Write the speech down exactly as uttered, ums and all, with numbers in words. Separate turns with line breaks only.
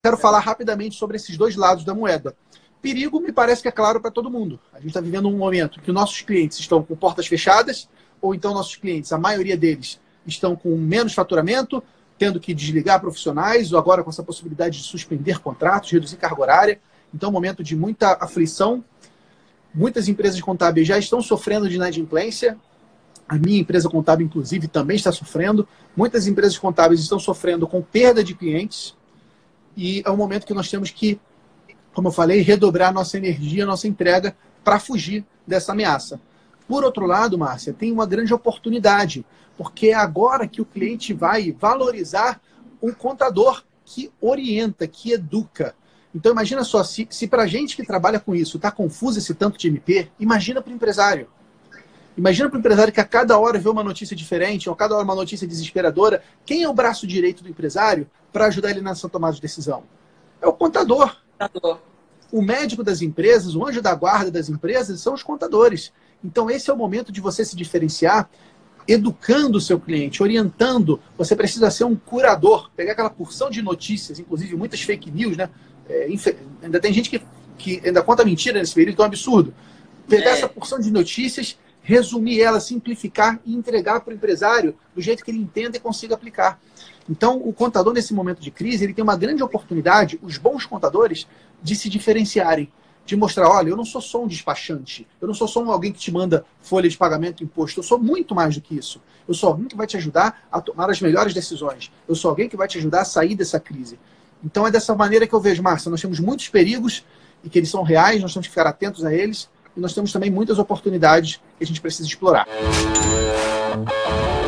quero falar rapidamente sobre esses dois lados da moeda. Perigo me parece que é claro para todo mundo. A gente está vivendo um momento que nossos clientes estão com portas fechadas, ou então nossos clientes, a maioria deles, estão com menos faturamento, tendo que desligar profissionais, ou agora com essa possibilidade de suspender contratos, reduzir carga horária. Então, é um momento de muita aflição. Muitas empresas contábeis já estão sofrendo de inadimplência. A minha empresa contábil, inclusive, também está sofrendo. Muitas empresas contábeis estão sofrendo com perda de clientes. E é um momento que nós temos que, como eu falei, redobrar nossa energia, nossa entrega para fugir dessa ameaça. Por outro lado, Márcia, tem uma grande oportunidade, porque é agora que o cliente vai valorizar um contador que orienta, que educa. Então, imagina só, se, se para a gente que trabalha com isso está confuso esse tanto de M P, imagina para o empresário. Imagina para o empresário que a cada hora vê uma notícia diferente, ou a cada hora uma notícia desesperadora. Quem é o braço direito do empresário para ajudar ele nessa tomada de decisão? É o contador. O médico das empresas, o anjo da guarda das empresas, são os contadores. Então, esse é o momento de você se diferenciar, educando o seu cliente, orientando. Você precisa ser um curador, pegar aquela porção de notícias, inclusive muitas fake news, né? É, ainda tem gente que, que ainda conta mentira nesse período, que é um absurdo. Pegar é. essa porção de notícias, resumir ela, simplificar e entregar para o empresário do jeito que ele entenda e consiga aplicar. Então, o contador, nesse momento de crise, ele tem uma grande oportunidade, os bons contadores, de se diferenciarem, de mostrar, olha, eu não sou só um despachante, eu não sou só um alguém que te manda folha de pagamento, imposto, eu sou muito mais do que isso. Eu sou alguém que vai te ajudar a tomar as melhores decisões. Eu sou alguém que vai te ajudar a sair dessa crise. Então, é dessa maneira que eu vejo, Márcia, nós temos muitos perigos e que eles são reais, nós temos que ficar atentos a eles, e nós temos também muitas oportunidades que a gente precisa explorar.